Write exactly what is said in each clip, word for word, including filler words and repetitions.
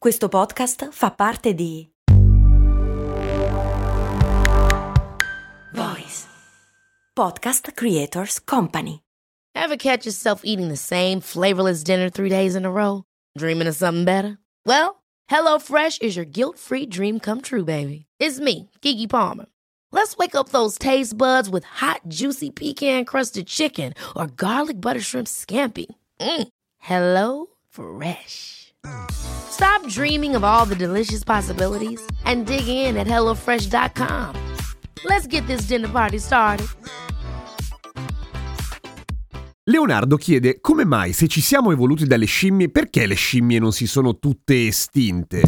Questo podcast fa parte di Voice Podcast Creators Company. Ever catch yourself eating the same flavorless dinner three days in a row? Dreaming of something better? Well, HelloFresh is your guilt-free dream come true, baby. It's me, Keke Palmer. Let's wake up those taste buds with hot, juicy pecan-crusted chicken or garlic butter shrimp scampi. Mm. Hello Fresh. Stop dreaming of all the delicious possibilities and dig in at hello fresh dot com. Let's get this dinner party started. Leonardo chiede come mai, se ci siamo evoluti dalle scimmie, perché le scimmie non si sono tutte estinte?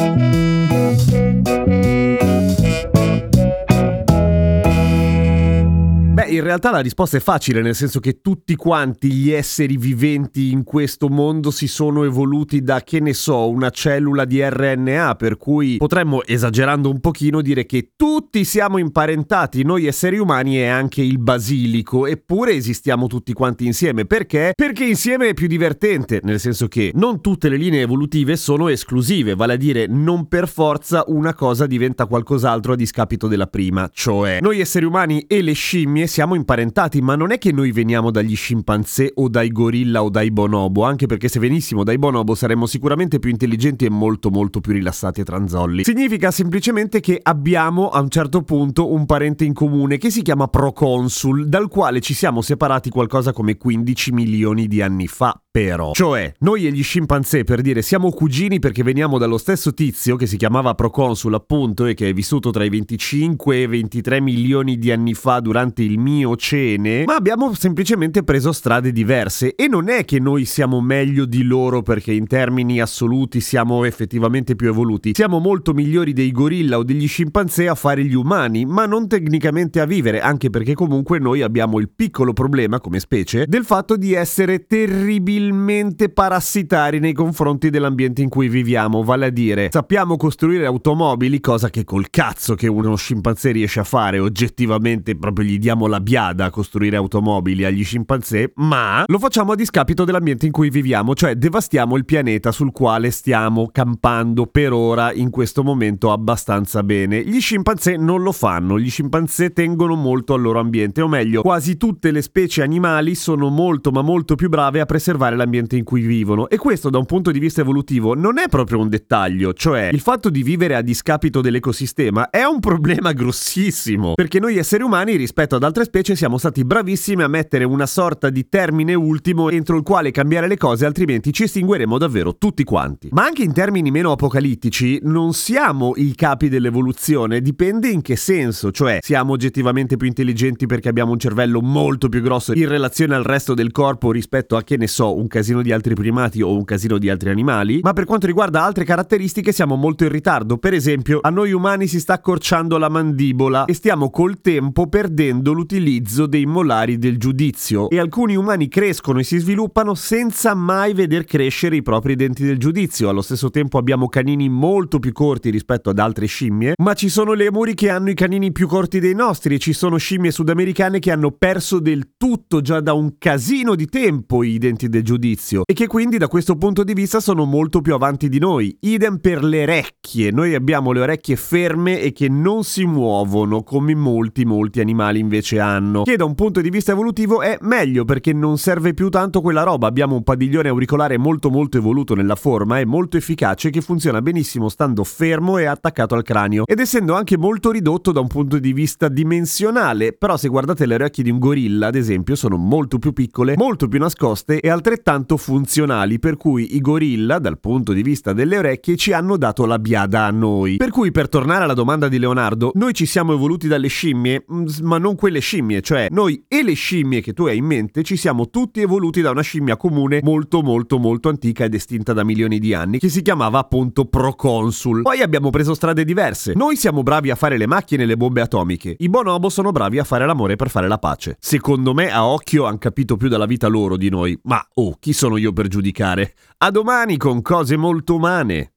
Beh, in realtà la risposta è facile, nel senso che tutti quanti gli esseri viventi in questo mondo si sono evoluti da, che ne so, una cellula di R N A, per cui potremmo, esagerando un pochino, dire che tutti siamo imparentati, noi esseri umani e anche il basilico, eppure esistiamo tutti quanti insieme. Perché? Perché insieme è più divertente, nel senso che non tutte le linee evolutive sono esclusive, vale a dire non per forza una cosa diventa qualcos'altro a discapito della prima, cioè noi esseri umani e le scimmie siamo imparentati, ma non è che noi veniamo dagli scimpanzé o dai gorilla o dai bonobo, anche perché se venissimo dai bonobo saremmo sicuramente più intelligenti e molto molto più rilassati e tranzolli. Significa semplicemente che abbiamo a un certo punto un parente in comune che si chiama Proconsul, dal quale ci siamo separati qualcosa come quindici milioni di anni fa. Però, cioè, noi e gli scimpanzé, per dire, siamo cugini perché veniamo dallo stesso tizio che si chiamava Proconsul, appunto, e che è vissuto tra i venticinque e ventitré milioni di anni fa durante il Miocene, ma abbiamo semplicemente preso strade diverse. E non è che noi siamo meglio di loro perché in termini assoluti siamo effettivamente più evoluti. Siamo molto migliori dei gorilla o degli scimpanzé a fare gli umani, ma non tecnicamente a vivere, anche perché comunque noi abbiamo il piccolo problema, come specie, del fatto di essere terribilmente parassitari nei confronti dell'ambiente in cui viviamo, vale a dire sappiamo costruire automobili, cosa che col cazzo che uno scimpanzé riesce a fare, oggettivamente proprio gli diamo la biada a costruire automobili agli scimpanzé, ma lo facciamo a discapito dell'ambiente in cui viviamo, cioè devastiamo il pianeta sul quale stiamo campando per ora in questo momento abbastanza bene. Gli scimpanzé non lo fanno, gli scimpanzé tengono molto al loro ambiente, o meglio, quasi tutte le specie animali sono molto ma molto più brave a preservare l'ambiente in cui vivono, e questo da un punto di vista evolutivo non è proprio un dettaglio, cioè il fatto di vivere a discapito dell'ecosistema è un problema grossissimo, perché noi esseri umani rispetto ad altre specie siamo stati bravissimi a mettere una sorta di termine ultimo entro il quale cambiare le cose, altrimenti ci estingueremo davvero tutti quanti. Ma anche in termini meno apocalittici non siamo i capi dell'evoluzione, dipende in che senso, cioè siamo oggettivamente più intelligenti perché abbiamo un cervello molto più grosso in relazione al resto del corpo rispetto a, che ne so, un casino di altri primati o un casino di altri animali, ma per quanto riguarda altre caratteristiche siamo molto in ritardo. Per esempio, a noi umani si sta accorciando la mandibola e stiamo col tempo perdendo l'utilizzo dei molari del giudizio, e alcuni umani crescono e si sviluppano senza mai veder crescere i propri denti del giudizio. Allo stesso tempo abbiamo canini molto più corti rispetto ad altre scimmie, ma ci sono lemuri che hanno i canini più corti dei nostri, e ci sono scimmie sudamericane che hanno perso del tutto già da un casino di tempo i denti del giudizio, e che quindi da questo punto di vista sono molto più avanti di noi. Idem per le orecchie, noi abbiamo le orecchie ferme e che non si muovono come molti molti animali invece hanno, che da un punto di vista evolutivo è meglio perché non serve più tanto quella roba. Abbiamo un padiglione auricolare molto molto evoluto nella forma e molto efficace, che funziona benissimo stando fermo e attaccato al cranio, ed essendo anche molto ridotto da un punto di vista dimensionale. Però se guardate le orecchie di un gorilla, ad esempio, sono molto più piccole, molto più nascoste e altrettanto funzionali, per cui i gorilla dal punto di vista delle orecchie ci hanno dato la biada a noi. Per cui, per tornare alla domanda di Leonardo, noi ci siamo evoluti dalle scimmie, ma non quelle scimmie, cioè noi e le scimmie che tu hai in mente ci siamo tutti evoluti da una scimmia comune molto molto molto antica ed estinta da milioni di anni, che si chiamava appunto Proconsul. Poi abbiamo preso strade diverse. Noi siamo bravi a fare le macchine e le bombe atomiche, i bonobo sono bravi a fare l'amore per fare la pace. Secondo me a occhio han capito più della vita loro di noi, ma oh, chi sono io per giudicare? A domani con cose molto umane.